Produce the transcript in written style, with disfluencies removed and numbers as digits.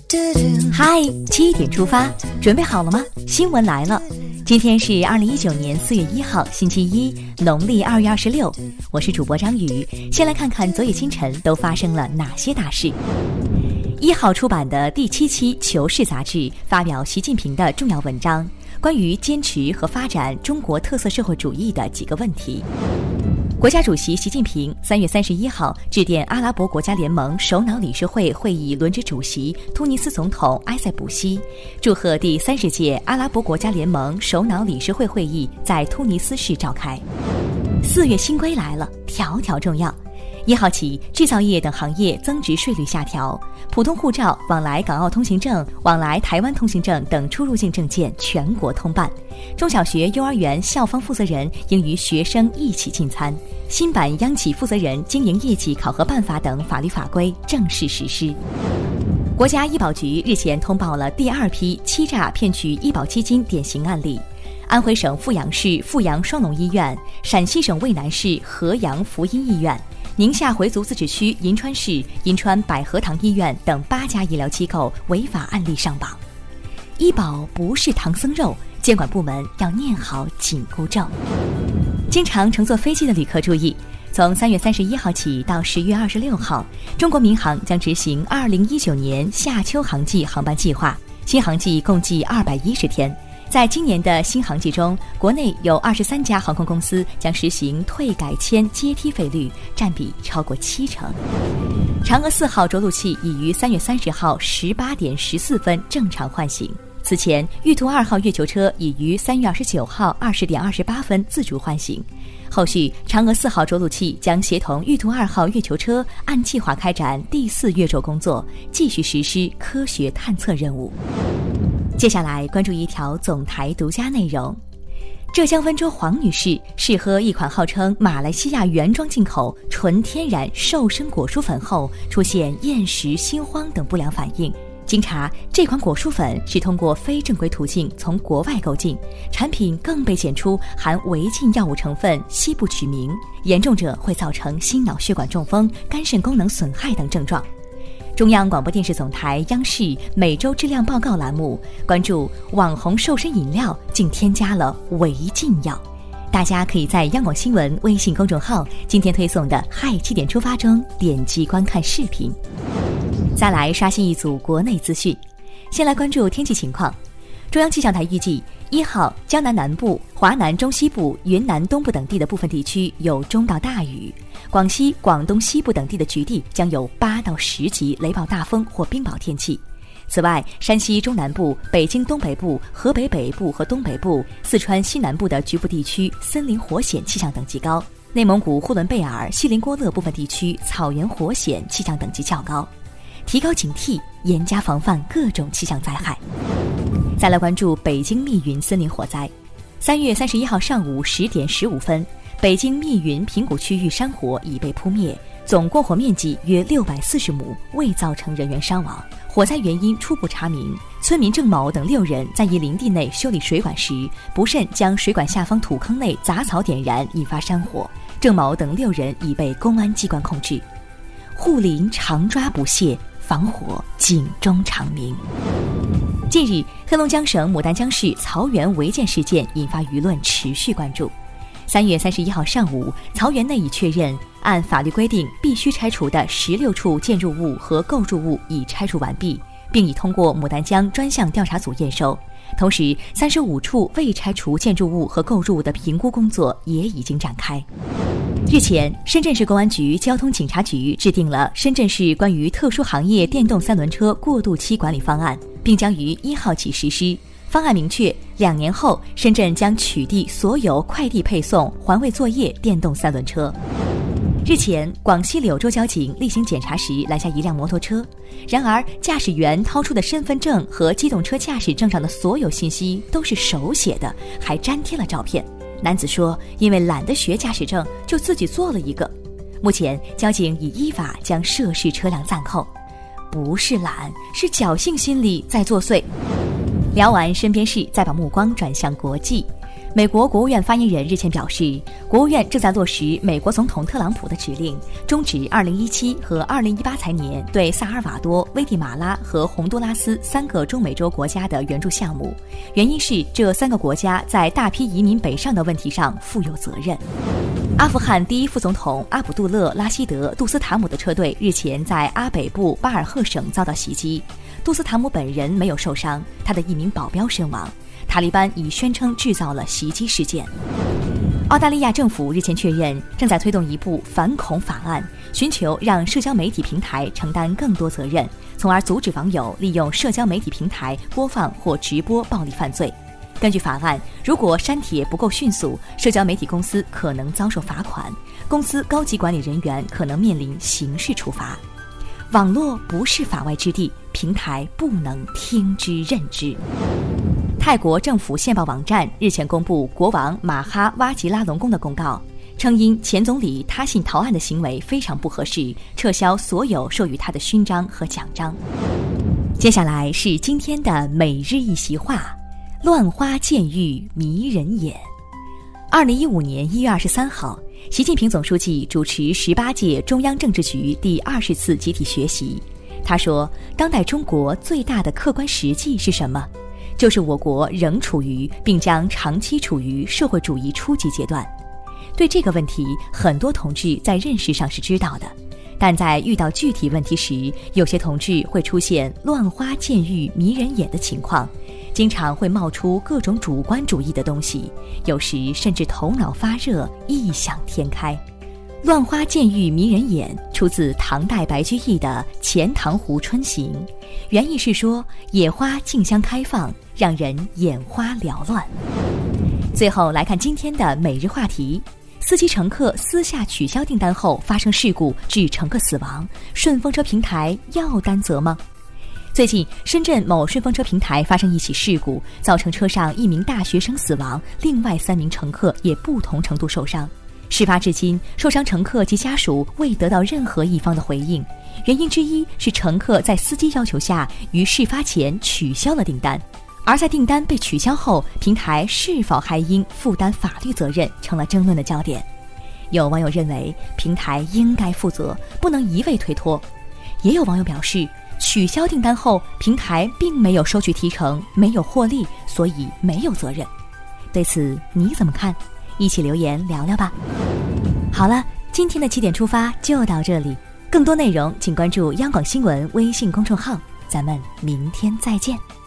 嗨，7点出发，准备好了吗？新闻来了。今天是2019年4月1号，星期一，农历2月26。我是主播张宇，先来看看昨夜今晨都发生了哪些大事。1号出版的第7期《求是》杂志发表习近平的重要文章，关于坚持和发展中国特色社会主义的几个问题。国家主席习近平3月31号致电阿拉伯国家联盟首脑理事会会议轮值主席突尼斯总统埃塞卜西，祝贺第30届阿拉伯国家联盟首脑理事会会议在突尼斯市召开。4月新规来了，条条重要。1号起，制造业等行业增值税率下调，普通护照、往来港澳通行证、往来台湾通行证等出入境证件全国通办。中小学、幼儿园校方负责人应与学生一起进餐。新版央企负责人经营业绩考核办法等法律法规正式实施。国家医保局日前通报了第2批欺诈骗取医保基金典型案例。安徽省阜阳市阜阳双龙医院、陕西省渭南市合阳福音医院、宁夏回族自治区银川市银川百合堂医院等8家医疗机构违法案例上榜。医保不是唐僧肉，监管部门要念好紧箍咒。经常乘坐飞机的旅客注意，从3月31号起到10月26号，中国民航将执行2019年夏秋航季航班计划，新航季共计210天。在今年的新航季中，国内有23家航空公司将实行退改签阶梯费率，占比超过70%。嫦娥4号着陆器已于3月30号18点14分正常唤醒。此前，玉兔2号月球车已于3月29号20点28分自主唤醒。后续，嫦娥4号着陆器将协同玉兔2号月球车按计划开展第4月昼工作，继续实施科学探测任务。接下来关注一条总台独家内容。浙江温州黄女士试喝一款号称马来西亚原装进口纯天然瘦身果蔬粉后，出现厌食、心慌等不良反应。经查，这款果蔬粉是通过非正规途径从国外购进，产品更被检出含违禁药物成分西部曲明，严重者会造成心脑血管中风、肝肾功能损害等症状。中央广播电视总台央视每周质量报告栏目关注网红瘦身饮料竟添加了违禁药，大家可以在央广新闻微信公众号今天推送的嗨7点出发中点击观看视频。再来刷新一组国内资讯，先来关注天气情况。中央气象台预计1号，江南南部、华南中西部、云南东部等地的部分地区有中到大雨，广西、广东西部等地的局地将有8到10级雷暴大风或冰雹天气。此外，山西中南部、北京东北部、河北北部和东北部、四川西南部的局部地区森林火险气象等级高，内蒙古呼伦贝尔、锡林郭勒部分地区草原火险气象等级较高，提高警惕，严加防范各种气象灾害。再来关注北京密云森林火灾。3月31号上午10点15分，北京密云平谷区域山火已被扑灭，总过火面积约640亩，未造成人员伤亡。火灾原因初步查明，村民郑某等6人在一林地内修理水管时，不慎将水管下方土坑内杂草点燃，引发山火。郑某等6人已被公安机关控制。护林常抓不懈，防火警钟长鸣。近日，黑龙江省牡丹江市曹园违建事件引发舆论持续关注。3月31号上午，曹园内已确认按法律规定必须拆除的16处建筑物和构筑物已拆除完毕，并已通过牡丹江专项调查组验收。同时，35处未拆除建筑物和构筑物的评估工作也已经展开。日前，深圳市公安局交通警察局制定了深圳市关于特殊行业电动3轮车过渡期管理方案，并将于1号起实施。方案明确，2年后，深圳将取缔所有快递配送、环卫作业电动3轮车。日前，广西柳州交警例行检查时拦下一辆摩托车，然而驾驶员掏出的身份证和机动车驾驶证上的所有信息都是手写的，还粘贴了照片。男子说，因为懒得学驾驶证，就自己做了一个。目前，交警已依法将涉事车辆暂扣。不是懒，是侥幸心理在作祟。聊完身边事，再把目光转向国际。 美国国务院发言人日前表示，国务院正在落实美国总统特朗普的指令，终止2017和2018财年对萨尔瓦多、危地马拉和洪都拉斯3个中美洲国家的援助项目，原因是这3个国家在大批移民北上的问题上负有责任。阿富汗第一副总统阿卜杜勒拉希德·杜斯塔姆的车队日前在阿北部巴尔赫省遭到袭击，杜斯塔姆本人没有受伤，他的一名保镖身亡。塔利班已宣称制造了袭击事件。澳大利亚政府日前确认，正在推动一部反恐法案，寻求让社交媒体平台承担更多责任，从而阻止网友利用社交媒体平台播放或直播暴力犯罪。根据法案，如果删帖不够迅速，社交媒体公司可能遭受罚款，公司高级管理人员可能面临刑事处罚。网络不是法外之地，平台不能听之任之。泰国政府线报网站日前公布国王马哈哇吉拉隆功的公告，称因前总理他信逃案的行为非常不合适，撤销所有授予他的勋章和奖章。接下来是今天的每日一席话：乱花渐欲迷人眼。2015年1月23号，习近平总书记主持18届中央政治局第20次集体学习。他说，当代中国最大的客观实际是什么？就是我国仍处于并将长期处于社会主义初级阶段。对这个问题，很多同志在认识上是知道的，但在遇到具体问题时，有些同志会出现乱花渐欲迷人眼的情况，经常会冒出各种主观主义的东西，有时甚至头脑发热，异想天开。乱花渐欲迷人眼出自唐代白居易的《钱塘湖春行》，原意是说野花竞相开放，让人眼花缭乱。最后来看今天的每日话题：司机乘客私下取消订单后发生事故致乘客死亡，顺风车平台要担责吗？最近，深圳某顺风车平台发生一起事故，造成车上1名大学生死亡，另外3名乘客也不同程度受伤。事发至今，受伤乘客及家属未得到任何一方的回应，原因之一是乘客在司机要求下于事发前取消了订单，而在订单被取消后，平台是否还应负担法律责任成了争论的焦点。有网友认为平台应该负责，不能一味推脱，也有网友表示取消订单后，平台并没有收取提成，没有获利，所以没有责任。对此你怎么看？一起留言聊聊吧。好了，今天的7点出发就到这里，更多内容请关注央广新闻微信公众号，咱们明天再见。